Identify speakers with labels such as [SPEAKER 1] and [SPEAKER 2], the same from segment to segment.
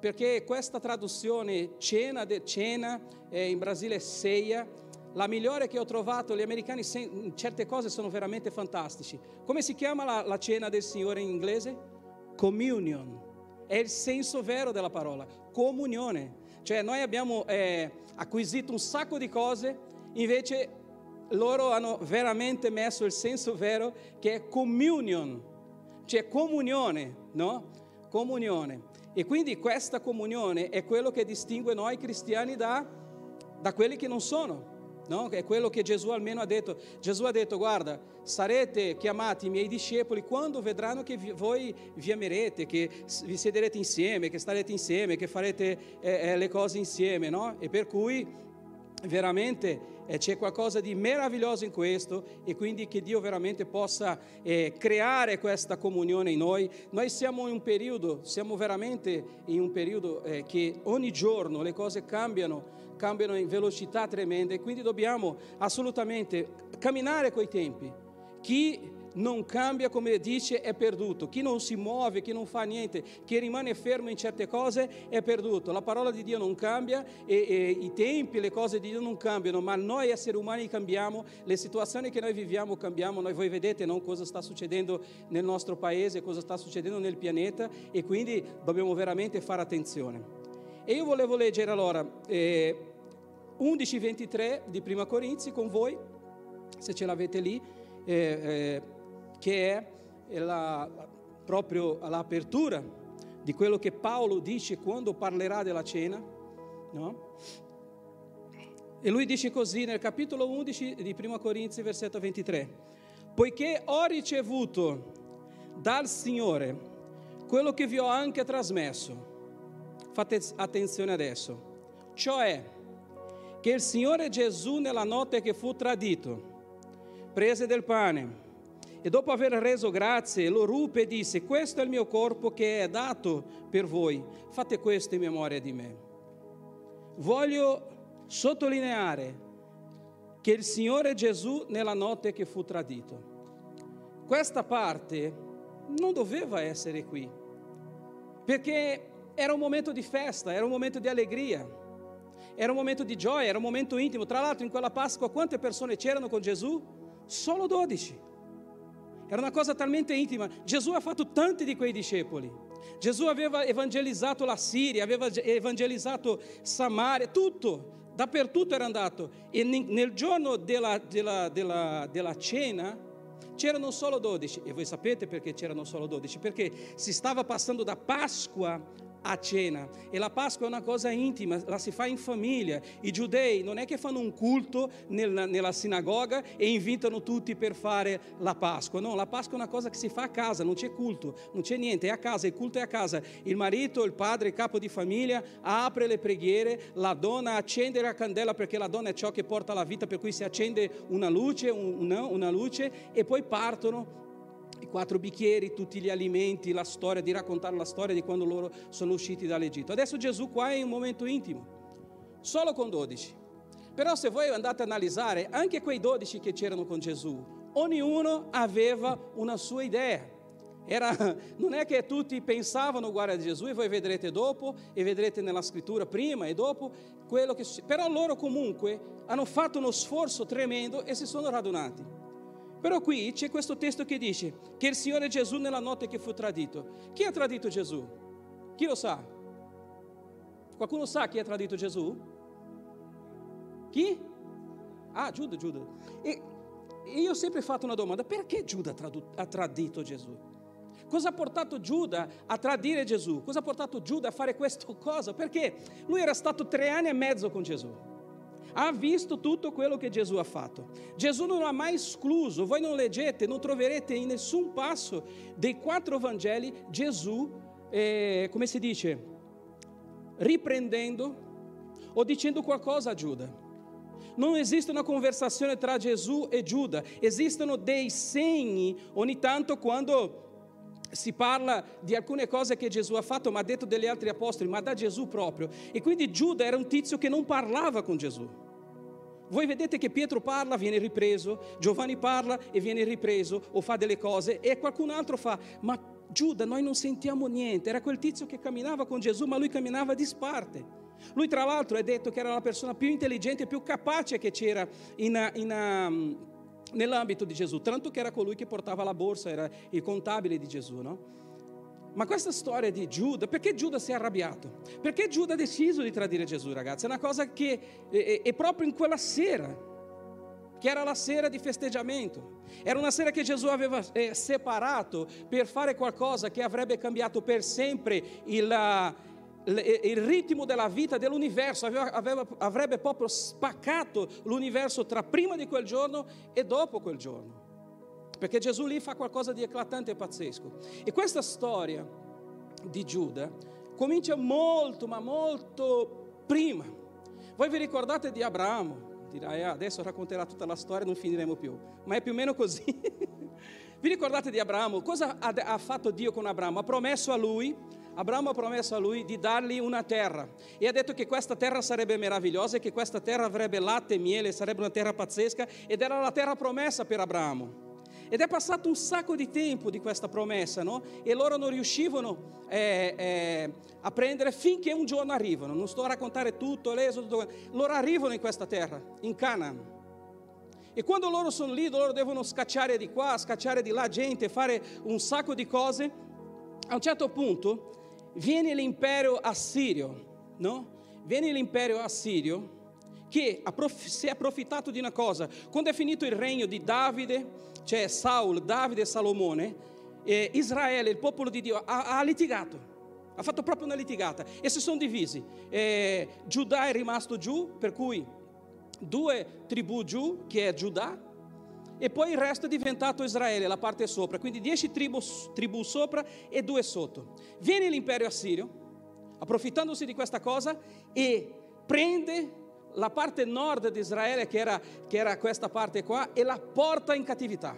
[SPEAKER 1] perché questa traduzione cena, in Brasile ceia, la migliore che ho trovato. Gli americani certe cose sono veramente fantastici. Come si chiama la cena del Signore in inglese? Communion. È il senso vero della parola, comunione. Cioè noi abbiamo acquisito un sacco di cose, invece loro hanno veramente messo il senso vero, che è communion, cioè comunione, no? Comunione. E quindi questa comunione è quello che distingue noi cristiani da quelli che non sono, no? È quello che Gesù almeno ha detto. Gesù ha detto: guarda, sarete chiamati miei discepoli quando vedranno che voi vi amerete, che vi siederete insieme, che starete insieme, che farete le cose insieme, no? E per cui veramente c'è qualcosa di meraviglioso in questo, e quindi che Dio veramente possa creare questa comunione in noi. Noi siamo veramente in un periodo che ogni giorno le cose cambiano in velocità tremenda, e quindi dobbiamo assolutamente camminare coi tempi. Chi non cambia, come dice, è perduto. Chi non si muove, chi non fa niente, chi rimane fermo in certe cose è perduto. La parola di Dio non cambia, e i tempi, le cose di Dio non cambiano, ma noi esseri umani cambiamo, le situazioni che noi viviamo cambiamo. Voi vedete, no, cosa sta succedendo nel nostro paese, cosa sta succedendo nel pianeta, e quindi dobbiamo veramente fare attenzione. E io volevo leggere allora 11:23 di Prima Corinzi con voi, se ce l'avete lì, che è proprio l'apertura di quello che Paolo dice quando parlerà della cena, no? E lui dice così nel capitolo 11 di Prima Corinzi, versetto 23: poiché ho ricevuto dal Signore quello che vi ho anche trasmesso. Fate attenzione adesso, cioè che il Signore Gesù, nella notte che fu tradito, prese del pane e dopo aver reso grazie lo ruppe e disse: questo è il mio corpo che è dato per voi, fate questo in memoria di me. Voglio sottolineare che il Signore Gesù, nella notte che fu tradito, questa parte non doveva essere qui, perché era un momento di festa, era un momento di allegria, era un momento di gioia, era un momento intimo. Tra l'altro in quella Pasqua quante persone c'erano con Gesù? Solo 12. Era una cosa talmente intima. Gesù ha fatto tanti di quei discepoli. Gesù aveva evangelizzato la Siria, aveva evangelizzato Samaria, tutto, dappertutto era andato. E nel giorno della cena c'erano solo 12. E voi sapete perché c'erano solo 12? Perché si stava passando da Pasqua a cena, e la Pasqua è una cosa intima, la si fa in famiglia. I giudei non è che fanno un culto nella sinagoga e invitano tutti per fare la Pasqua, no, la Pasqua è una cosa che si fa a casa, non c'è culto, non c'è niente, è a casa, il culto è a casa. Il marito, il padre, il capo di famiglia apre le preghiere, la donna accende la candela, perché la donna è ciò che porta la vita, per cui si accende una luce, una luce, e poi partono i 4 bicchieri, tutti gli alimenti, la storia, di raccontare la storia di quando loro sono usciti dall'Egitto. Adesso Gesù qua è in un momento intimo, solo con 12. Però se voi andate a analizzare, anche quei 12 che c'erano con Gesù, ognuno aveva una sua idea. Non è che tutti pensavano uguale a Gesù, e voi vedrete dopo, e vedrete nella scrittura prima e dopo quello che... Però loro comunque hanno fatto uno sforzo tremendo e si sono radunati. Però qui c'è questo testo che dice che il Signore Gesù, nella notte che fu tradito. Chi ha tradito Gesù? Chi lo sa? Qualcuno sa chi ha tradito Gesù? Chi? Ah, Giuda. E io ho sempre fatto una domanda: perché Giuda ha tradito Gesù? Cosa ha portato Giuda a tradire Gesù? Cosa ha portato Giuda a fare questa cosa? Perché lui era stato 3 anni e mezzo con Gesù. Ha visto tutto quello che Gesù ha fatto. Gesù non ha mai escluso. Voi non leggete, non troverete in nessun passo dei 4 Vangeli Gesù, come si dice, riprendendo o dicendo qualcosa a Giuda. Non esiste una conversazione tra Gesù e Giuda. Esistono dei segni ogni tanto quando si parla di alcune cose che Gesù ha fatto, ma ha detto degli altri apostoli, ma da Gesù proprio. E quindi Giuda era un tizio che non parlava con Gesù. Voi vedete che Pietro parla, viene ripreso, Giovanni parla e viene ripreso, o fa delle cose, e qualcun altro fa, ma Giuda, noi non sentiamo niente. Era quel tizio che camminava con Gesù, ma lui camminava a disparte. Lui tra l'altro è detto che era la persona più intelligente e più capace che c'era nell'ambito di Gesù, tanto che era colui che portava la borsa, era il contabile di Gesù, no? Ma questa storia di Giuda, perché Giuda si è arrabbiato? Perché Giuda ha deciso di tradire Gesù, ragazzi? È una cosa che è proprio in quella sera, che era la sera di festeggiamento. Era una sera che Gesù aveva separato per fare qualcosa che avrebbe cambiato per sempre il ritmo della vita dell'universo, avrebbe proprio spaccato l'universo tra prima di quel giorno e dopo quel giorno. Perché Gesù lì fa qualcosa di eclatante e pazzesco. E questa storia di Giuda comincia molto, ma molto prima. Voi vi ricordate di Abramo? Dirai, adesso racconterà tutta la storia e non finiremo più. Ma è più o meno così. Vi ricordate di Abramo? Cosa ha fatto Dio con Abramo? Abramo ha promesso a lui di dargli una terra. E ha detto che questa terra sarebbe meravigliosa e che questa terra avrebbe latte e miele, sarebbe una terra pazzesca. Ed era la terra promessa per Abramo. Ed è passato un sacco di tempo di questa promessa, no? E loro non riuscivano a prendere finché un giorno arrivano. Non sto a raccontare tutto, l'Esodo, loro arrivano in questa terra, in Canaan. E quando loro sono lì, loro devono scacciare di qua, scacciare di là gente, fare un sacco di cose. A un certo punto viene l'impero assirio, no? Viene l'impero assirio che si è approfittato di una cosa. Quando è finito il regno di Davide, cioè Saul, Davide e Salomone, Israele, il popolo di Dio, ha litigato, ha fatto proprio una litigata e si sono divisi. Giuda è rimasto giù, per cui 2 tribù giù, che è Giuda, e poi il resto è diventato Israele, la parte sopra, quindi 10 tribù sopra e 2 sotto. Viene l'impero assirio, approfittandosi di questa cosa, e prende la parte nord di Israele, che era questa parte qua, e la porta in cattività.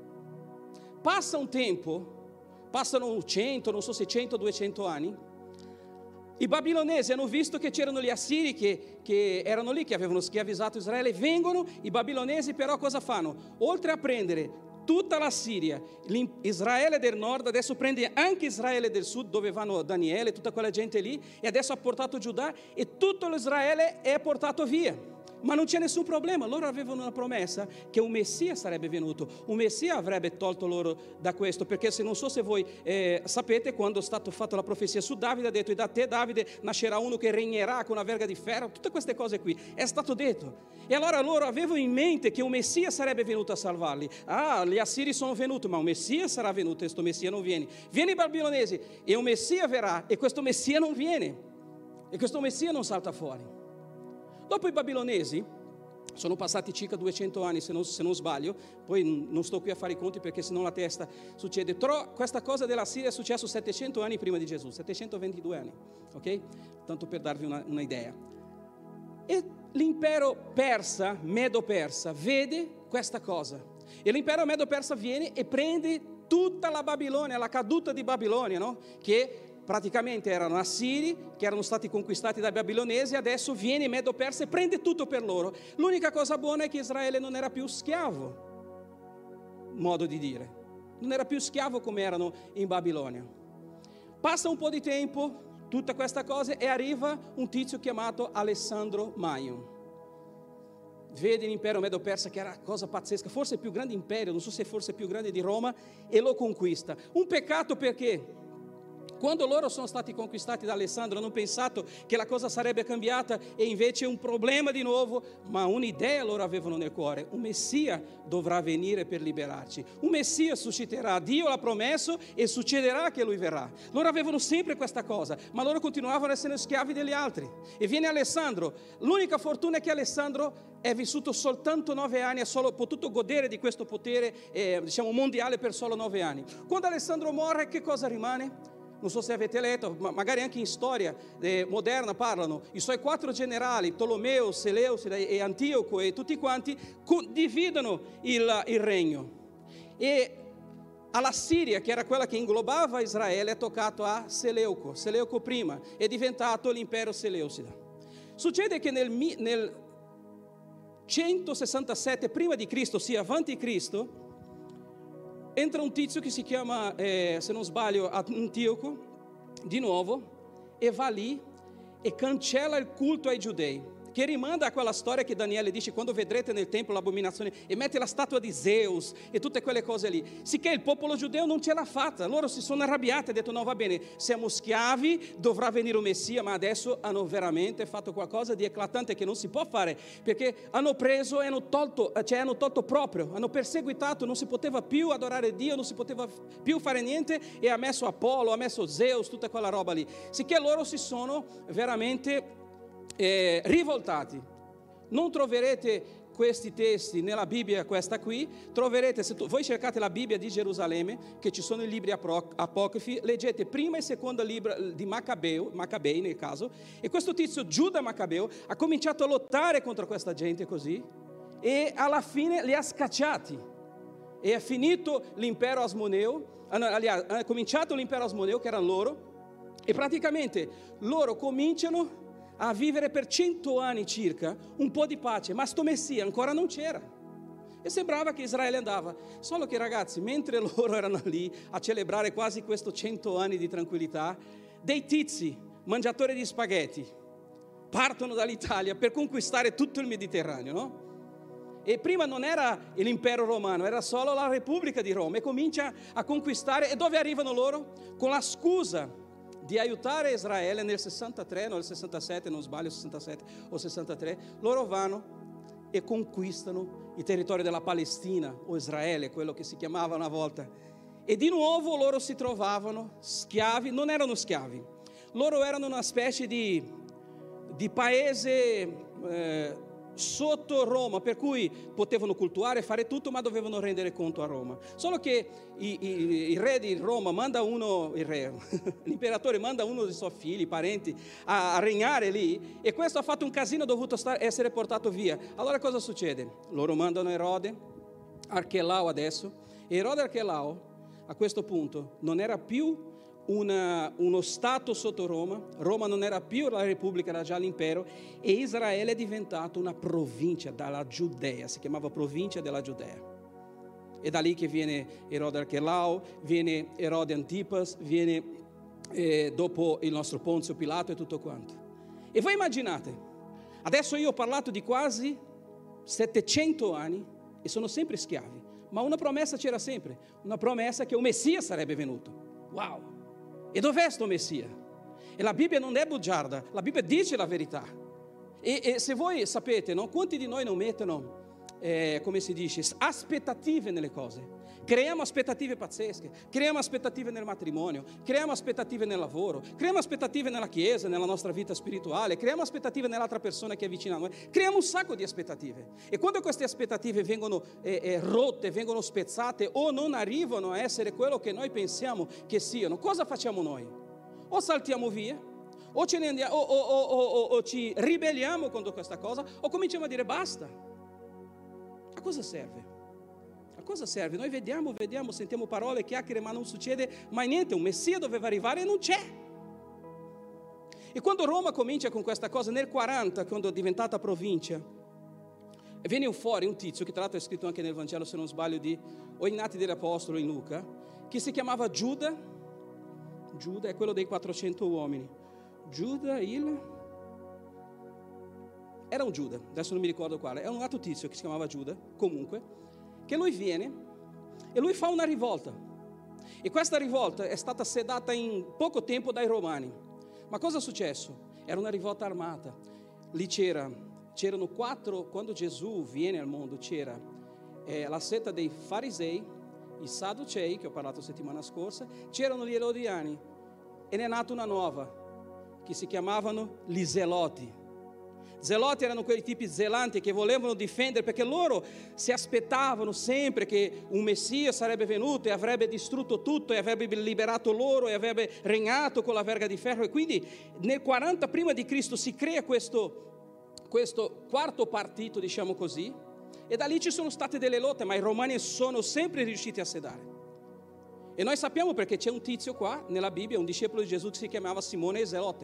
[SPEAKER 1] Passa un tempo, passano 100, non so se 100 o 200 anni, i babilonesi hanno visto che c'erano gli assiri che erano lì, che avevano schiavizzato Israele, vengono, i babilonesi però cosa fanno? Oltre a prendere tutta la Siria, Israele del nord, adesso prende anche Israele del sud, dove vanno Daniele, tutta quella gente lì, e adesso ha portato Giuda, e tutto l'Israele è portato via. Ma non c'è nessun problema, loro avevano una promessa che un Messia sarebbe venuto, un Messia avrebbe tolto loro da questo, perché se non so se voi sapete, quando è stata fatta la profezia su Davide, ha detto: e da te Davide nascerà uno che regnerà con una verga di ferro, tutte queste cose qui, è stato detto. E allora loro avevano in mente che un Messia sarebbe venuto a salvarli. Gli assiri sono venuti, ma un Messia sarà venuto, e questo Messia non viene. Viene i babilonesi, e un Messia verrà, e questo Messia non viene, e questo Messia non salta fuori. Dopo i babilonesi, sono passati circa 200 anni se non sbaglio, poi non sto qui a fare i conti perché sennò la testa succede, però questa cosa della Siria è successo 700 anni prima di Gesù, 722 anni, ok? Tanto per darvi un'idea. E l'impero persa, Medo-Persa, vede questa cosa, e l'impero Medo-Persa viene e prende tutta la Babilonia, la caduta di Babilonia, no? Che praticamente erano assiri che erano stati conquistati dai babilonesi, adesso viene Medo-Persa e prende tutto per loro. L'unica cosa buona è che Israele non era più schiavo, modo di dire, non era più schiavo come erano in Babilonia. Passa un po' di tempo, tutta questa cosa, e arriva un tizio chiamato Alessandro Magno. Vede l'impero Medo-Persa, che era una cosa pazzesca, forse il più grande imperio, non so se forse più grande di Roma, e lo conquista. Un peccato, perché quando loro sono stati conquistati da Alessandro hanno pensato che la cosa sarebbe cambiata, e invece un problema di nuovo, ma un'idea loro avevano nel cuore: un Messia dovrà venire per liberarci, un Messia susciterà, Dio l'ha promesso e succederà che lui verrà. Loro avevano sempre questa cosa, ma loro continuavano a essere schiavi degli altri. E viene Alessandro, l'unica fortuna è che Alessandro è vissuto soltanto 9 anni, ha solo potuto godere di questo potere mondiale per solo 9 anni. Quando Alessandro muore, che cosa rimane? Non so se avete letto, ma magari anche in storia moderna parlano, i suoi 4 generali, Tolomeo, Seleucide e Antioco e tutti quanti, dividono il regno. E alla Siria, che era quella che inglobava Israele, è toccato a Seleuco prima, è diventato l'impero Seleucida. Succede che nel 167 prima di Cristo, sì, avanti Cristo, entra un tizio che si chiama, se non sbaglio, Antioco, di nuovo, e va lì e cancella il culto ai giudei, che rimanda a quella storia che Daniele dice: quando vedrete nel tempio l'abominazione, e mette la statua di Zeus e tutte quelle cose lì. Sicché il popolo giudeo non ce l'ha fatta, loro si sono arrabbiati e detto: no, va bene, siamo schiavi, dovrà venire un Messia. Ma adesso hanno veramente fatto qualcosa di eclatante che non si può fare, perché hanno preso e hanno tolto proprio, hanno perseguitato, non si poteva più adorare Dio, non si poteva più fare niente, e ha messo Apollo, ha messo Zeus, tutta quella roba lì. Sicché loro si sono veramente rivoltati. Non troverete questi testi nella Bibbia, questa qui. Troverete, se voi cercate la Bibbia di Gerusalemme, che ci sono i libri apocrifi, leggete prima e seconda libro di Maccabei nel caso, e questo tizio Giuda Maccabeo ha cominciato a lottare contro questa gente così, e alla fine li ha scacciati, e è finito l'impero asmoneo, ha cominciato l'impero asmoneo, che erano loro, e praticamente loro cominciano a vivere per 100 anni circa un po' di pace, ma sto Messia ancora non c'era, e sembrava che Israele andava. Solo che, ragazzi, mentre loro erano lì a celebrare quasi questo 100 anni di tranquillità, dei tizi mangiatori di spaghetti partono dall'Italia per conquistare tutto il Mediterraneo, no? E prima non era l'impero romano, era solo la Repubblica di Roma, e comincia a conquistare. E dove arrivano loro? Con la scusa di aiutare Israele nel 63, no, nel 67, non sbaglio, 67 o 63, loro vanno e conquistano i territori della Palestina, o Israele, quello che si chiamava una volta. E di nuovo loro si trovavano schiavi. Non erano schiavi, loro erano una specie di paese sotto Roma, per cui potevano cultuare, fare tutto, ma dovevano rendere conto a Roma. Solo che il re di Roma manda uno, l'imperatore manda uno dei suoi figli, parenti, a regnare lì, e questo ha fatto un casino, dovuto essere portato via. Allora cosa succede? Loro mandano Erode Archelao adesso, e Erode Archelao a questo punto non era più uno stato sotto Roma. Roma non era più la Repubblica, era già l'impero, e Israele è diventato una provincia dalla Giudea, si chiamava provincia della Giudea. E da lì che viene Erode Archelao, viene Erode Antipas, viene dopo il nostro Ponzio Pilato e tutto quanto. E voi immaginate, adesso io ho parlato di quasi 700 anni e sono sempre schiavi, ma una promessa c'era sempre, una promessa che un Messia sarebbe venuto. Wow! E dov'è sto Messia? E la Bibbia non è bugiarda, la Bibbia dice la verità. E se voi sapete, no, quanti di noi non mettono, come si dice, aspettative nelle cose? Creiamo aspettative pazzesche, creiamo aspettative nel matrimonio, creiamo aspettative nel lavoro, creiamo aspettative nella chiesa, nella nostra vita spirituale, creiamo aspettative nell'altra persona che è vicina a noi, creiamo un sacco di aspettative. E quando queste aspettative vengono rotte, vengono spezzate, o non arrivano a essere quello che noi pensiamo che siano, cosa facciamo noi? O saltiamo via, o ce ne andiamo, o ci ribelliamo contro questa cosa, o cominciamo a dire basta. A cosa serve? A cosa serve? Noi vediamo, sentiamo parole, chiacchiere, ma non succede mai niente. Un Messia doveva arrivare e non c'è. E quando Roma comincia con questa cosa, nel 40, quando è diventata provincia, viene fuori un tizio, che tra l'altro è scritto anche nel Vangelo, se non sbaglio, o in Atti degli Apostoli, in Luca, che si chiamava Giuda. Giuda è quello dei 400 uomini. Giuda era un Giuda, adesso non mi ricordo quale, è un altro tizio che si chiamava Giuda, comunque, che lui viene e lui fa una rivolta, e questa rivolta è stata sedata in poco tempo dai Romani. Ma cosa è successo? Era una rivolta armata. Lì c'erano 4, quando Gesù viene al mondo, c'era la setta dei farisei, i sadducei, che ho parlato settimana scorsa, c'erano gli erodiani, e ne è nata una nuova, che si chiamavano gli zeloti. Zeloti erano quei tipi zelanti che volevano difendere, perché loro si aspettavano sempre che un Messia sarebbe venuto e avrebbe distrutto tutto, e avrebbe liberato loro, e avrebbe regnato con la verga di ferro. E quindi nel 40 prima di Cristo si crea questo quarto partito, diciamo così, e da lì ci sono state delle lotte, ma i romani sono sempre riusciti a sedare. E noi sappiamo perché c'è un tizio qua nella Bibbia, un discepolo di Gesù, che si chiamava Simone Zelote.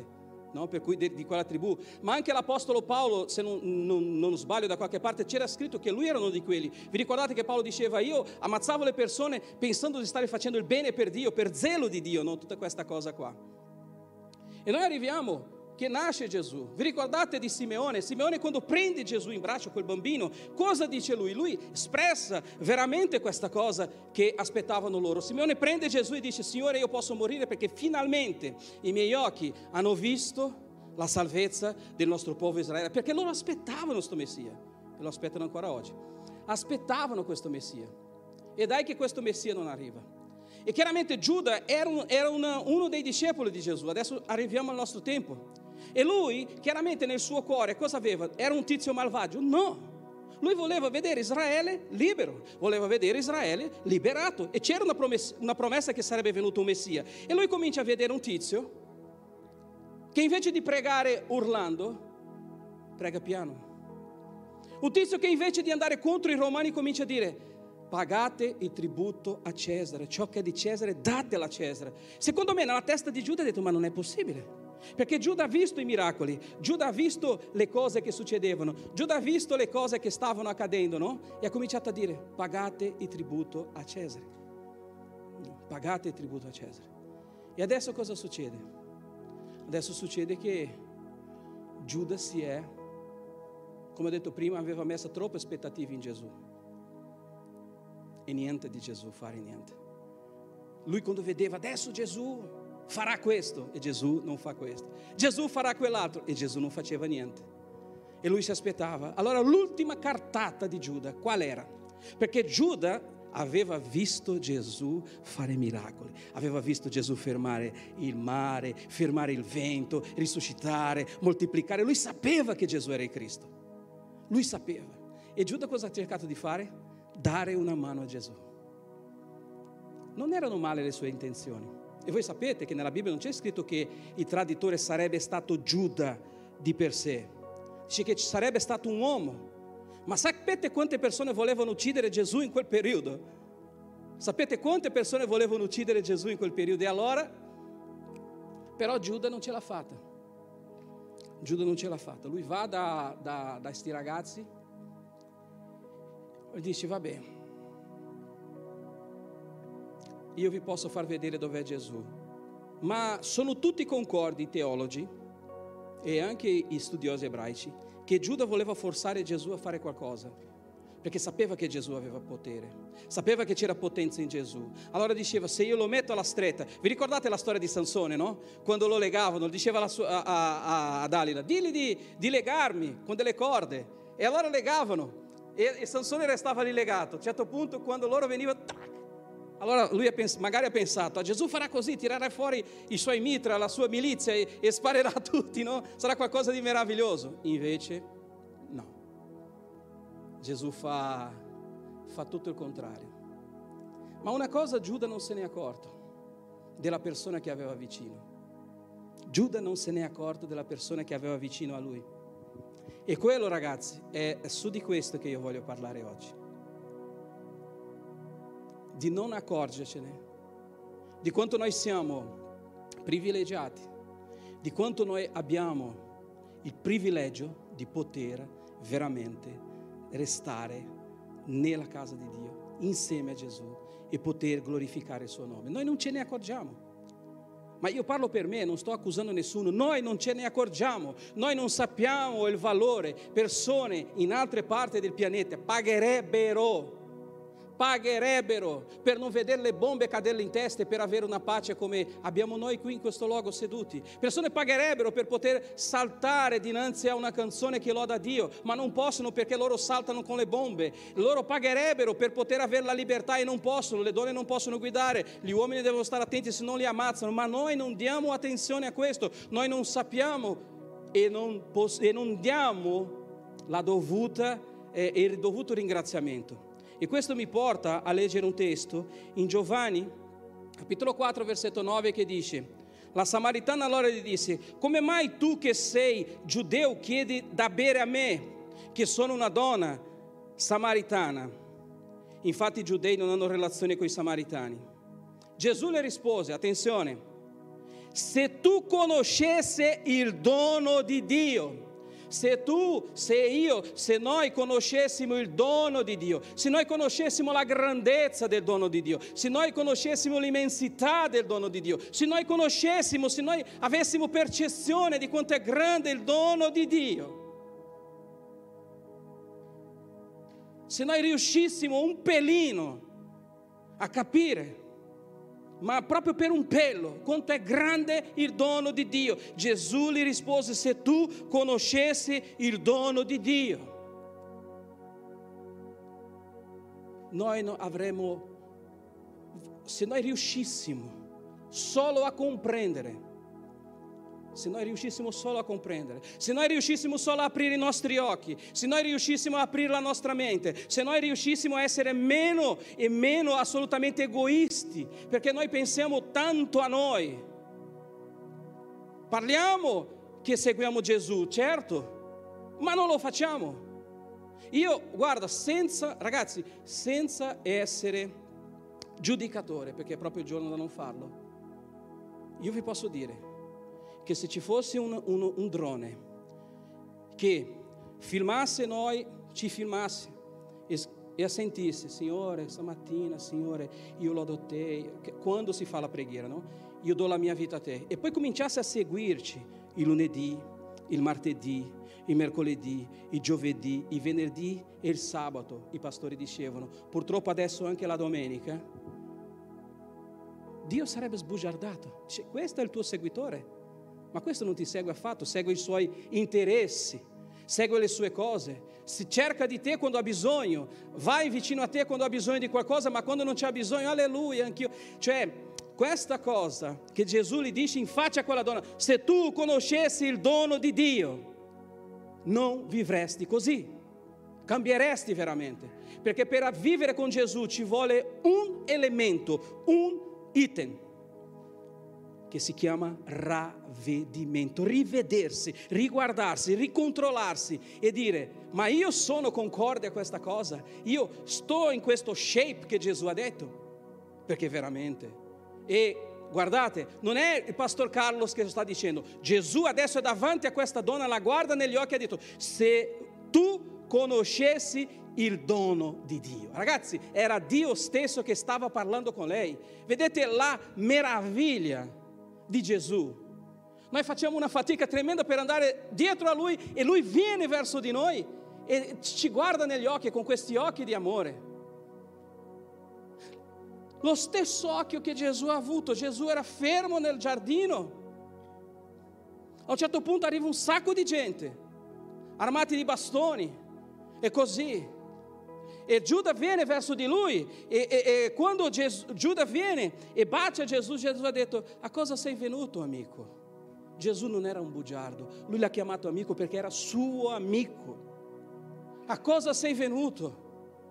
[SPEAKER 1] no? Per cui di quella tribù, ma anche l'apostolo Paolo, se non sbaglio da qualche parte, c'era scritto che lui era uno di quelli. Vi ricordate che Paolo diceva: io ammazzavo le persone pensando di stare facendo il bene per Dio, per zelo di Dio, no? Tutta questa cosa qua. E noi arriviamo che nasce Gesù. Vi ricordate di Simeone? Simeone, quando prende Gesù in braccio, quel bambino, cosa dice lui? Lui espressa veramente questa cosa che aspettavano loro. Simeone prende Gesù e dice: Signore, io posso morire perché finalmente i miei occhi hanno visto la salvezza del nostro popolo Israele, perché loro aspettavano questo Messia, e lo aspettano ancora oggi. Aspettavano questo Messia, e dai che questo Messia non arriva. E chiaramente Giuda era uno dei discepoli di Gesù. Adesso arriviamo al nostro tempo. E lui, chiaramente nel suo cuore, cosa aveva? Era un tizio malvagio? No. Lui voleva vedere Israele libero, voleva vedere Israele liberato. E c'era una promessa che sarebbe venuto un Messia. E lui comincia a vedere un tizio che invece di pregare urlando, prega piano. Un tizio che invece di andare contro i romani comincia a dire: pagate il tributo a Cesare, ciò che è di Cesare datelo a Cesare. Secondo me nella testa di Giuda ha detto: ma non è possibile. Perché Giuda ha visto i miracoli, Giuda ha visto le cose che succedevano, Giuda ha visto le cose che stavano accadendo, no? E ha cominciato a dire: pagate il tributo a Cesare. Pagate il tributo a Cesare. E adesso cosa succede? Adesso succede che Giuda come ho detto prima, aveva messo troppe aspettative in Gesù. E niente di Gesù fare niente. Lui quando vedeva adesso Gesù farà questo e Gesù non fa questo, Gesù farà quell'altro e Gesù non faceva niente, e lui si aspettava. Allora l'ultima cartata di Giuda qual era? Perché Giuda aveva visto Gesù fare miracoli, aveva visto Gesù fermare il mare, fermare il vento, risuscitare, moltiplicare. Lui sapeva che Gesù era il Cristo, lui sapeva. E Giuda cosa ha cercato di fare? Dare una mano a Gesù. Non erano male le sue intenzioni. E voi sapete che nella Bibbia non c'è scritto che il traditore sarebbe stato Giuda di per sé. Dice che ci sarebbe stato un uomo. Ma sapete quante persone volevano uccidere Gesù in quel periodo? Sapete quante persone volevano uccidere Gesù in quel periodo? E allora? Però Giuda non ce l'ha fatta. Giuda non ce l'ha fatta. Lui va da questi ragazzi e dice: vabbè, io vi posso far vedere dov'è Gesù, ma sono tutti concordi i teologi e anche gli studiosi ebraici che Giuda voleva forzare Gesù a fare qualcosa, perché sapeva che Gesù aveva potere, sapeva che c'era potenza in Gesù. Allora diceva: se io lo metto alla stretta. Vi ricordate la storia di Sansone, no? Quando lo legavano, diceva a Dalila: digli di legarmi con delle corde, e allora legavano e Sansone restava lì legato. A un certo punto, quando loro venivano, allora lui magari ha pensato: Gesù farà così, tirerà fuori i suoi mitra, la sua milizia e sparerà a tutti, no? Sarà qualcosa di meraviglioso. Invece no, Gesù fa tutto il contrario. Ma una cosa Giuda non se ne è accorto: della persona che aveva vicino. Giuda non se ne è accorto della persona che aveva vicino a lui. E quello, ragazzi, è su di questo che io voglio parlare oggi. Di non accorgercene, di quanto noi siamo privilegiati, di quanto noi abbiamo il privilegio di poter veramente restare nella casa di Dio, insieme a Gesù, e poter glorificare il suo nome. Noi non ce ne accorgiamo. Ma io parlo per me, non sto accusando nessuno. Noi non ce ne accorgiamo, noi non sappiamo il valore. Persone in altre parti del pianeta pagherebbero per non vedere le bombe cadere in testa e per avere una pace come abbiamo noi qui in questo luogo seduti. Persone pagherebbero per poter saltare dinanzi a una canzone che loda Dio, ma non possono perché loro saltano con le bombe. Loro pagherebbero per poter avere la libertà e non possono. Le donne non possono guidare, gli uomini devono stare attenti se non li ammazzano, ma noi non diamo attenzione a questo. Noi non sappiamo e non diamo il dovuto ringraziamento. E questo mi porta a leggere un testo in Giovanni, capitolo 4, versetto 9, che dice: la Samaritana allora gli disse: come mai tu che sei giudeo chiedi da bere a me, che sono una donna samaritana? Infatti i giudei non hanno relazione con i samaritani. Gesù le rispose, attenzione: Se tu conoscesse il dono di Dio, se noi conoscessimo il dono di Dio, se noi conoscessimo la grandezza del dono di Dio, se noi conoscessimo l'immensità del dono di Dio, se noi avessimo percezione di quanto è grande il dono di Dio, se noi riuscissimo un pelino a capire, ma proprio per un pelo, quanto è grande il dono di Dio, Gesù gli rispose: se tu conoscessi il dono di Dio, se noi riuscissimo solo a comprendere, se noi riuscissimo solo a aprire i nostri occhi, se noi riuscissimo a aprire la nostra mente, se noi riuscissimo a essere meno e meno assolutamente egoisti, perché noi pensiamo tanto a noi. Parliamo che seguiamo Gesù, certo, ma non lo facciamo. Guarda, senza essere giudicatore, perché è proprio il giorno da non farlo, io vi posso dire che se ci fosse un drone che filmasse noi, ci filmasse e sentisse: Signore, stamattina, Signore, io lo adotei, quando si fa la preghiera, no? Io do la mia vita a te, e poi cominciasse a seguirci il lunedì, il martedì, il mercoledì, il giovedì, il venerdì e il sabato. I pastori dicevano, purtroppo adesso anche la domenica, Dio sarebbe sbugiardato. Dice: questo è il tuo seguitore? Ma questo non ti segue affatto, segue i suoi interessi, segue le sue cose, si cerca di te quando ha bisogno, vai vicino a te quando ha bisogno di qualcosa, ma quando non c'ha bisogno, alleluia, anch'io. Cioè, questa cosa che Gesù gli dice in faccia a quella donna: se tu conoscessi il dono di Dio, non vivresti così, cambieresti veramente, perché per vivere con Gesù ci vuole un elemento, un item, che si chiama ravvedimento, rivedersi, riguardarsi, ricontrollarsi e dire: ma io sono concorde a questa cosa? Io sto in questo shape che Gesù ha detto? Perché veramente, e guardate, non è il pastor Carlos che sta dicendo, Gesù adesso è davanti a questa donna, la guarda negli occhi e ha detto: se tu conoscessi il dono di Dio. Ragazzi, era Dio stesso che stava parlando con lei. Vedete la meraviglia di Gesù. Noi facciamo una fatica tremenda per andare dietro a Lui, e Lui viene verso di noi e ci guarda negli occhi con questi occhi di amore. Lo stesso occhio che Gesù ha avuto. Gesù era fermo nel giardino. A un certo punto arriva un sacco di gente armati di bastoni e così, e Giuda viene verso di lui, e quando Giuda viene e batte a Gesù, Gesù ha detto: a cosa sei venuto, amico? Gesù non era un bugiardo, lui l'ha chiamato amico perché era suo amico. A cosa sei venuto?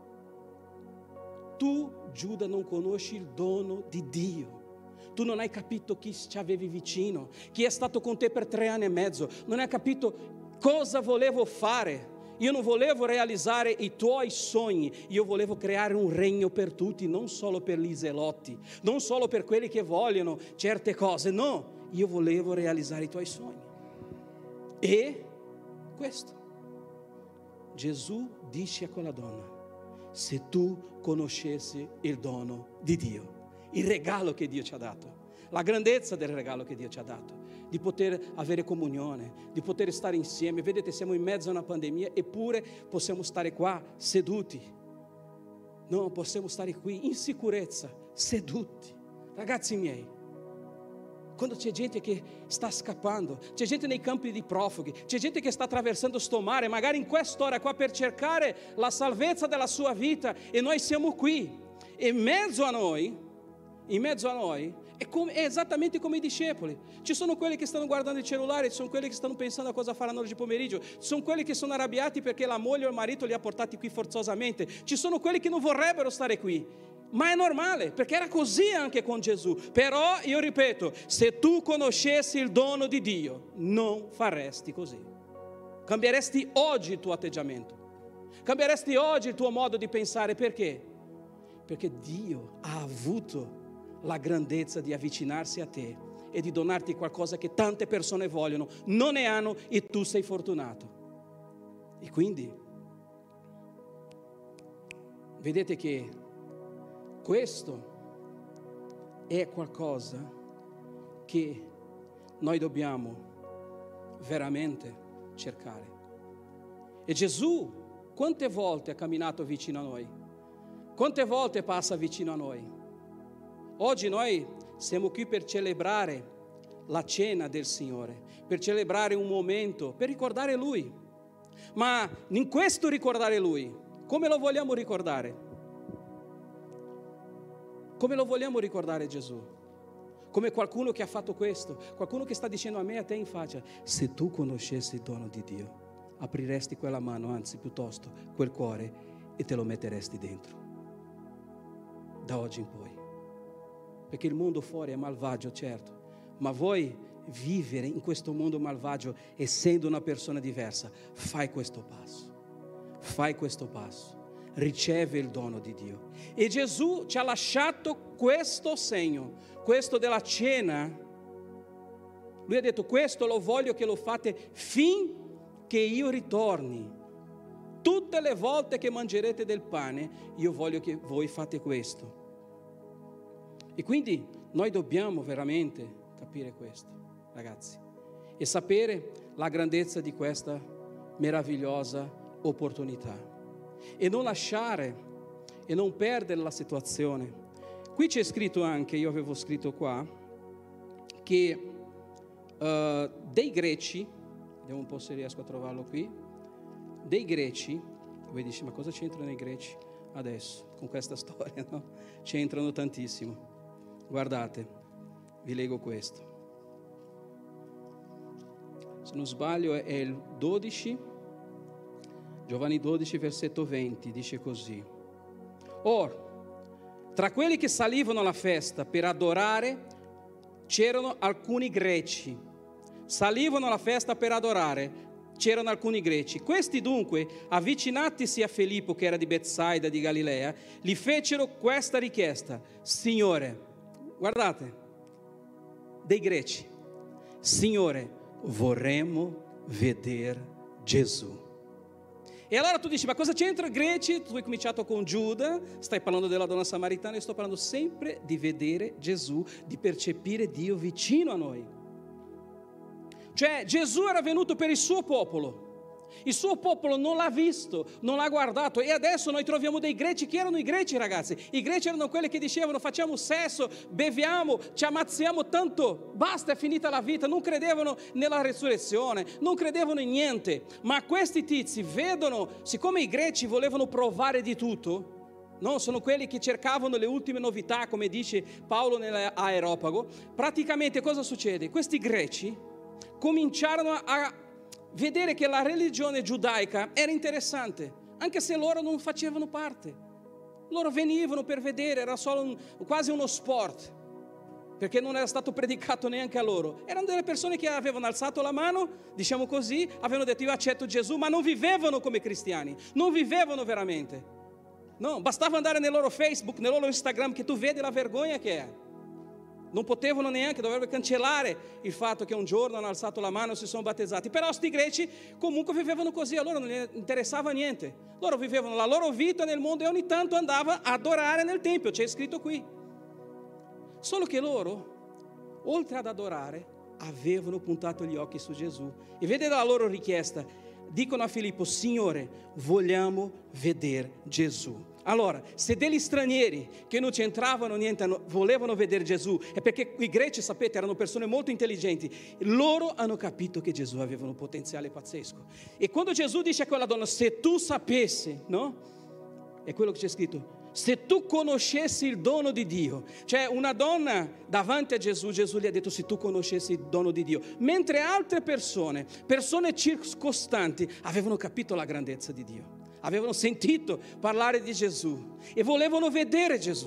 [SPEAKER 1] Tu, Giuda, non conosci il dono di Dio. Tu non hai capito chi ci avevi vicino, chi è stato con te per 3 anni e mezzo. Non hai capito cosa volevo fare. Io non volevo realizzare i tuoi sogni, io volevo creare un regno per tutti, non solo per gli zelotti, non solo per quelli che vogliono certe cose, no, io volevo realizzare i tuoi sogni. E questo, Gesù dice a quella donna: se tu conoscessi il dono di Dio, il regalo che Dio ci ha dato, la grandezza del regalo che Dio ci ha dato, di poter avere comunione, di poter stare insieme. Vedete, siamo in mezzo a una pandemia, eppure possiamo stare qua seduti. No, possiamo stare qui in sicurezza, seduti. Ragazzi miei, quando c'è gente che sta scappando, c'è gente nei campi di profughi, c'è gente che sta attraversando sto mare, magari in quest'ora qua per cercare la salvezza della sua vita, e noi siamo qui, e in mezzo a noi è esattamente come i discepoli. Ci sono quelli che stanno guardando il cellulare, ci sono quelli che stanno pensando a cosa faranno oggi pomeriggio, ci sono quelli che sono arrabbiati perché la moglie o il marito li ha portati qui forzosamente, ci sono quelli che non vorrebbero stare qui, ma è normale, perché era così anche con Gesù. Però io ripeto, se tu conoscessi il dono di Dio, non faresti così. Cambieresti oggi il tuo atteggiamento, cambieresti oggi il tuo modo di pensare. Perché? Perché Dio ha avuto la grandezza di avvicinarsi a te e di donarti qualcosa che tante persone vogliono, non ne hanno e tu sei fortunato. E quindi vedete che questo è qualcosa che noi dobbiamo veramente cercare. E Gesù quante volte ha camminato vicino a noi? Quante volte passa vicino a noi? Oggi noi siamo qui per celebrare la cena del Signore, per celebrare un momento, per ricordare Lui. Ma in questo ricordare Lui, come lo vogliamo ricordare? Come lo vogliamo ricordare Gesù? Come qualcuno che ha fatto questo, qualcuno che sta dicendo a me e a te in faccia: se tu conoscessi il dono di Dio, apriresti quella mano, anzi piuttosto quel cuore, e te lo metteresti dentro. Da oggi in poi. Perché il mondo fuori è malvagio, certo, ma vuoi vivere in questo mondo malvagio essendo una persona diversa? Fai questo passo. Fai questo passo. Riceve il dono di Dio. E Gesù ci ha lasciato questo segno, questo della cena. Lui ha detto: questo lo voglio che lo fate finché io ritorni. Tutte le volte che mangerete del pane, io voglio che voi fate questo. E quindi noi dobbiamo veramente capire questo, ragazzi, e sapere la grandezza di questa meravigliosa opportunità. E non lasciare e non perdere la situazione. Qui c'è scritto anche, io avevo scritto qua, che dei greci, vediamo un po' se riesco a trovarlo qui, dei greci, voi dici: ma cosa c'entrano i greci adesso con questa storia? No? C'entrano tantissimo. Guardate, vi leggo questo. Se non sbaglio è il 12, Giovanni 12, versetto 20, dice così: Or, tra quelli che salivano alla festa per adorare, c'erano alcuni greci. Salivano alla festa per adorare, c'erano alcuni greci. Questi dunque, avvicinatisi a Filippo, che era di Betsaida di Galilea, gli fecero questa richiesta: Signore, guardate, dei greci, Signore, vorremmo vedere Gesù. E allora tu dici: ma cosa c'entra greci? Tu hai cominciato con Giuda, stai parlando della donna samaritana, e sto parlando sempre di vedere Gesù, di percepire Dio vicino a noi. Cioè Gesù era venuto per il suo popolo. Il suo popolo non l'ha visto, non l'ha guardato, e adesso noi troviamo dei greci. Chi erano i greci, ragazzi? I greci erano quelli che dicevano: facciamo sesso, beviamo, ci ammazziamo, tanto basta, è finita la vita. Non credevano nella resurrezione, non credevano in niente. Ma questi tizi vedono, siccome i greci volevano provare di tutto, no? Sono quelli che cercavano le ultime novità, come dice Paolo nell'Areopago. Praticamente cosa succede? Questi greci cominciarono a vedere che la religione giudaica era interessante, anche se loro non facevano parte. Loro venivano per vedere, era solo quasi uno sport, perché non era stato predicato neanche a loro. Erano delle persone che avevano alzato la mano, diciamo così, avevano detto: io accetto Gesù, ma non vivevano come cristiani, non vivevano veramente. No, bastava andare nel loro Facebook, nel loro Instagram, che tu vedi la vergogna che è. Non potevano neanche, dovrebbero cancellare il fatto che un giorno hanno alzato la mano e si sono battezzati. Però sti greci comunque vivevano così, a loro non gli interessava niente. Loro vivevano la loro vita nel mondo e ogni tanto andava a adorare nel tempio, c'è scritto qui. Solo che loro, oltre ad adorare, avevano puntato gli occhi su Gesù. E vedete la loro richiesta, dicono a Filippo: Signore, vogliamo vedere Gesù. Allora, se degli stranieri che non c'entravano niente volevano vedere Gesù, è perché i greci, sapete, erano persone molto intelligenti. Loro hanno capito che Gesù aveva un potenziale pazzesco. E quando Gesù dice a quella donna: se tu sapessi, no? È quello che c'è scritto: se tu conoscessi il dono di Dio. Cioè una donna davanti a Gesù, Gesù gli ha detto: se tu conoscessi il dono di Dio. Mentre altre persone circostanti, avevano capito la grandezza di Dio, avevano sentito parlare di Gesù e volevano vedere Gesù.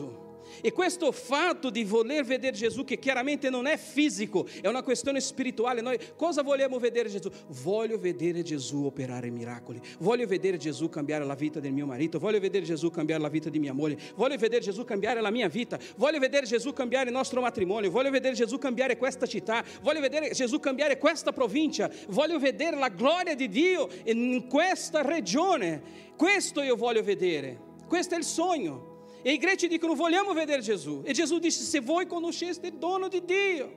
[SPEAKER 1] E questo fatto di voler vedere Gesù, che chiaramente non è fisico, è una questione spirituale. Noi cosa vogliamo vedere Gesù? Voglio vedere Gesù operare miracoli, voglio vedere Gesù cambiare la vita del mio marito, voglio vedere Gesù cambiare la vita di mia moglie, voglio vedere Gesù cambiare la mia vita, voglio vedere Gesù cambiare il nostro matrimonio, voglio vedere Gesù cambiare questa città, voglio vedere Gesù cambiare questa provincia, voglio vedere la gloria di Dio in questa regione. Questo io voglio vedere, questo è il sogno. E i greci dicono: vogliamo vedere Gesù. E Gesù disse: se voi conosceste il dono di Dio.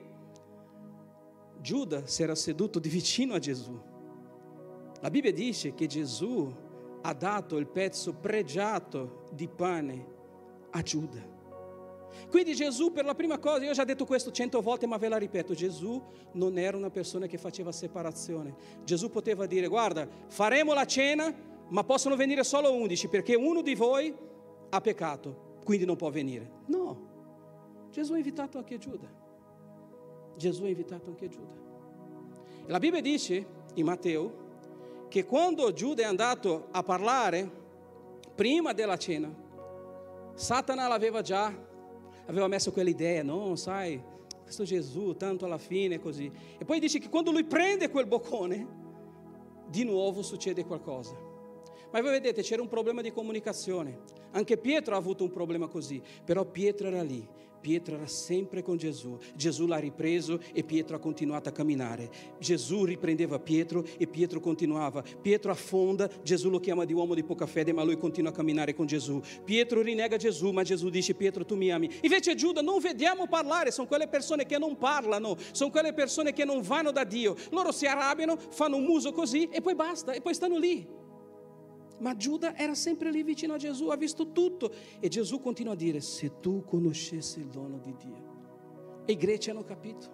[SPEAKER 1] Giuda si era seduto di vicino a Gesù. La Bibbia dice che Gesù ha dato il pezzo pregiato di pane a Giuda. Quindi Gesù, per la prima cosa, io ho già detto questo 100 volte, ma ve la ripeto: Gesù non era una persona che faceva separazione. Gesù poteva dire: guarda, faremo la cena, ma possono venire solo 11, perché uno di voi ha peccato, quindi non può venire. No, Gesù ha invitato anche Giuda. Gesù ha invitato anche Giuda. E la Bibbia dice in Matteo che quando Giuda è andato a parlare prima della cena, Satana aveva messo quell'idea: no, sai, questo Gesù tanto alla fine così. E poi dice che quando lui prende quel boccone, di nuovo succede qualcosa. Ma voi vedete, c'era un problema di comunicazione. Anche Pietro ha avuto un problema così, però Pietro era lì, Pietro era sempre con Gesù. Gesù l'ha ripreso e Pietro ha continuato a camminare. Gesù riprendeva Pietro e Pietro continuava. Pietro affonda, Gesù lo chiama di uomo di poca fede, ma lui continua a camminare con Gesù. Pietro rinega Gesù, ma Gesù dice: Pietro, tu mi ami. Invece Giuda non vediamo parlare, sono quelle persone che non parlano, sono quelle persone che non vanno da Dio. Loro si arrabbiano, fanno un muso così e poi basta, e poi stanno lì. Ma Giuda era sempre lì vicino a Gesù, ha visto tutto. E Gesù continua a dire: se tu conoscessi il dono di Dio. E i greci hanno capito.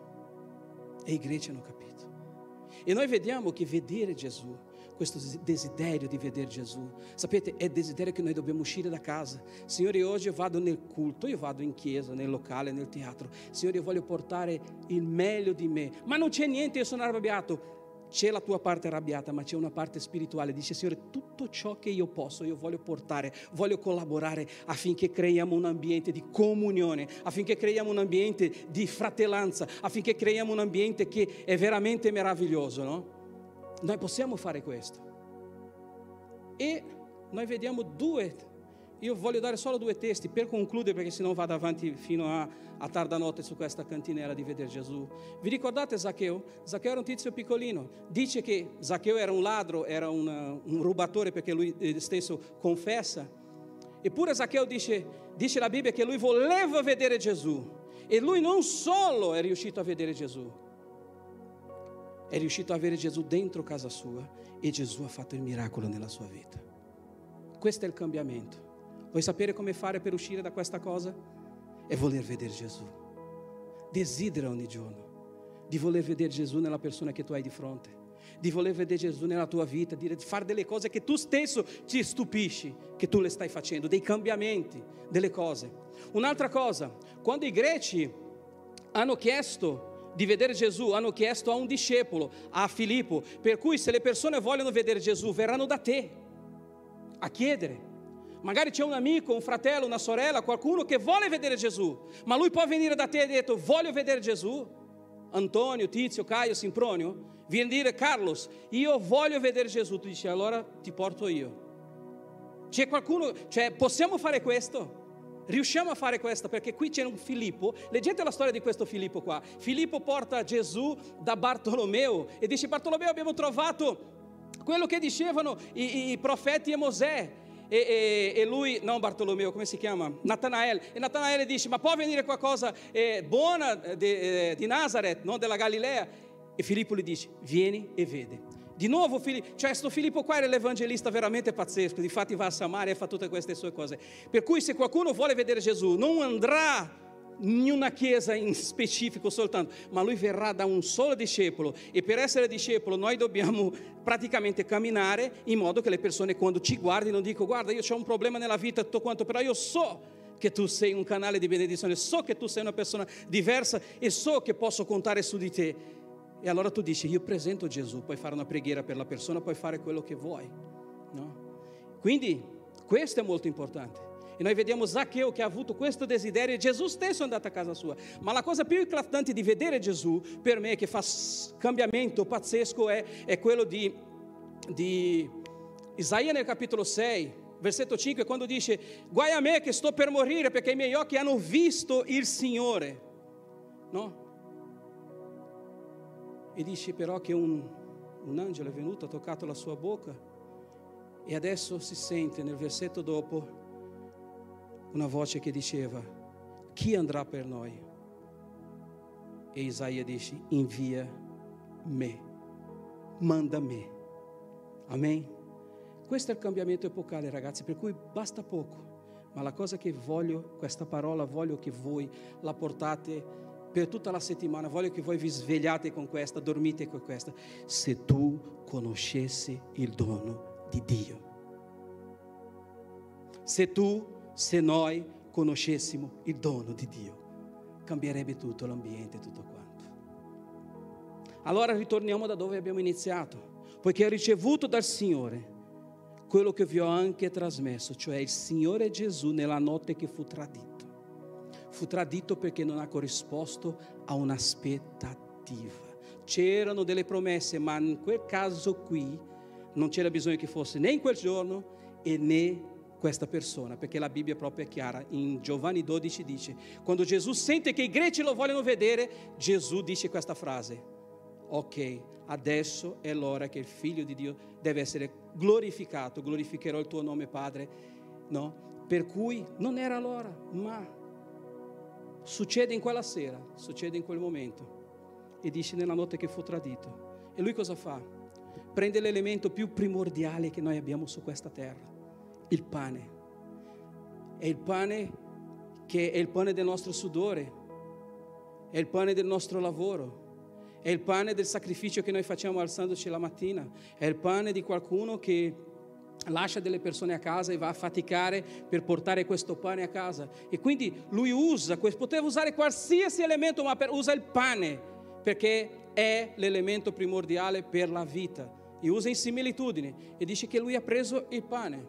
[SPEAKER 1] E noi vediamo che vedere Gesù, questo desiderio di vedere Gesù, sapete, è il desiderio che noi dobbiamo uscire da casa. Signore, oggi io vado nel culto, io vado in chiesa, nel locale, nel teatro. Signore, io voglio portare il meglio di me. Ma non c'è niente, io sono arrabbiato. C'è la tua parte arrabbiata, ma c'è una parte spirituale. Dice: Signore, tutto ciò che io posso, io voglio portare, voglio collaborare affinché creiamo un ambiente di comunione, affinché creiamo un ambiente di fratellanza, affinché creiamo un ambiente che è veramente meraviglioso, no? Noi possiamo fare questo. E noi vediamo io voglio dare solo 2 testi per concludere, perché sennò vado avanti fino a tarda notte su questa cantinera di vedere Gesù. Vi ricordate Zaccheo? Zaccheo era un tizio piccolino. Dice che Zaccheo era un ladro, era un rubatore, perché lui stesso confessa. Eppure Zaccheo dice la Bibbia che lui voleva vedere Gesù. E lui non solo è riuscito a vedere Gesù, è riuscito a avere Gesù dentro casa sua, e Gesù ha fatto il miracolo nella sua vita. Questo è il cambiamento. Vuoi sapere come fare per uscire da questa cosa? È voler vedere Gesù. Desidera ogni giorno di voler vedere Gesù nella persona che tu hai di fronte, di voler vedere Gesù nella tua vita, di fare delle cose che tu stesso ti stupisci che tu le stai facendo, dei cambiamenti, delle cose. Un'altra cosa, quando i greci hanno chiesto di vedere Gesù, hanno chiesto a un discepolo, a Filippo, per cui se le persone vogliono vedere Gesù, verranno da te a chiedere. Magari c'è un amico, un fratello, una sorella, qualcuno che vuole vedere Gesù, ma lui può venire da te e dire: voglio vedere Gesù. Antonio, Tizio, Caio, Simpronio viene a dire: Carlos, io voglio vedere Gesù. Tu dici: allora ti porto io. C'è qualcuno, possiamo fare questo? Riusciamo a fare questo? Perché qui c'è un Filippo. Leggete la storia di questo Filippo qua. Filippo porta Gesù da Bartolomeo e dice: Bartolomeo, abbiamo trovato quello che dicevano i profeti e Mosè. E lui, non Bartolomeo, come si chiama? Natanaele. E Natanaele dice: ma può venire qualcosa buona di Nazareth, non della Galilea? E Filippo gli dice: vieni e vede. Di nuovo questo Filippo qua era l'evangelista veramente pazzesco. Difatti va a Samaria e fa tutte queste sue cose. Per cui se qualcuno vuole vedere Gesù, non andrà in una chiesa in specifico soltanto, ma lui verrà da un solo discepolo. E per essere discepolo noi dobbiamo praticamente camminare in modo che le persone, quando ci guardino, dicono: guarda, io ho un problema nella vita, tutto quanto, però io so che tu sei un canale di benedizione, so che tu sei una persona diversa e so che posso contare su di te. E allora tu dici: io presento Gesù. Puoi fare una preghiera per la persona, puoi fare quello che vuoi, no? Quindi questo è molto importante. E noi vediamo Zaccheo che ha avuto questo desiderio e Gesù stesso è andato a casa sua. Ma la cosa più eclatante di vedere Gesù, per me, che fa cambiamento pazzesco, è quello di Isaia nel capitolo 6, versetto 5, quando dice: guai a me che sto per morire perché i miei occhi hanno visto il Signore. No? E dice però che un angelo è venuto, ha toccato la sua bocca e adesso si sente nel versetto dopo una voce che diceva: chi andrà per noi? E Isaia dice: invia me, manda me. Amen. Questo è il cambiamento epocale, ragazzi, per cui basta poco, ma la cosa che voglio, questa parola voglio che voi la portate per tutta la settimana, voglio che voi vi svegliate con questa, dormite con questa. Se tu conoscessi il dono di Dio, se noi conoscessimo il dono di Dio, cambierebbe tutto l'ambiente, tutto quanto. Allora ritorniamo da dove abbiamo iniziato, poiché ho ricevuto dal Signore quello che vi ho anche trasmesso, cioè il Signore Gesù nella notte che fu tradito. Fu tradito perché non ha corrisposto a un'aspettativa. C'erano delle promesse, ma in quel caso qui non c'era bisogno che fosse né in quel giorno e né questa persona, perché la Bibbia proprio è chiara. In Giovanni 12 dice: quando Gesù sente che i greci lo vogliono vedere, Gesù dice questa frase: ok, adesso è l'ora che il Figlio di Dio deve essere glorificato, glorificherò il tuo nome, Padre, no? Per cui non era l'ora, ma succede in quella sera, succede in quel momento. E dice: nella notte che fu tradito. E lui cosa fa? Prende l'elemento più primordiale che noi abbiamo su questa terra, il pane. È il pane che è il pane del nostro sudore, è il pane del nostro lavoro, è il pane del sacrificio che noi facciamo alzandoci la mattina, è il pane di qualcuno che lascia delle persone a casa e va a faticare per portare questo pane a casa. E quindi lui poteva usare qualsiasi elemento, ma usa il pane perché è l'elemento primordiale per la vita, e usa in similitudine e dice che lui ha preso il pane.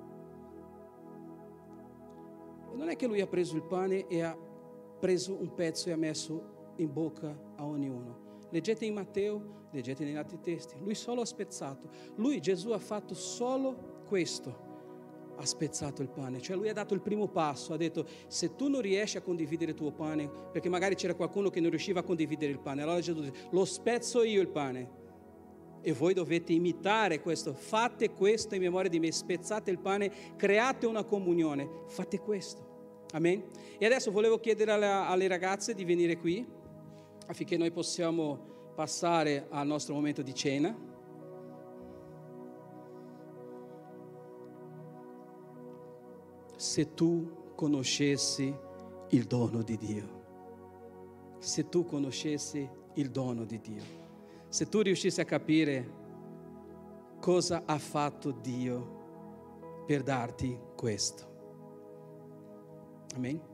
[SPEAKER 1] E non è che lui ha preso il pane e ha preso un pezzo e ha messo in bocca a ognuno. Leggete in Matteo, leggete negli altri testi, lui solo ha spezzato. Gesù ha fatto solo questo, ha spezzato il pane. Cioè lui ha dato il primo passo, ha detto: se tu non riesci a condividere il tuo pane, perché magari c'era qualcuno che non riusciva a condividere il pane, allora Gesù dice: lo spezzo io il pane e voi dovete imitare questo, fate questo in memoria di me, spezzate il pane, create una comunione, fate questo. Amen. E adesso volevo chiedere alle ragazze di venire qui affinché noi possiamo passare al nostro momento di cena. Se tu conoscessi il dono di Dio, se tu conoscessi il dono di Dio, se tu riuscissi a capire cosa ha fatto Dio per darti questo. Amen.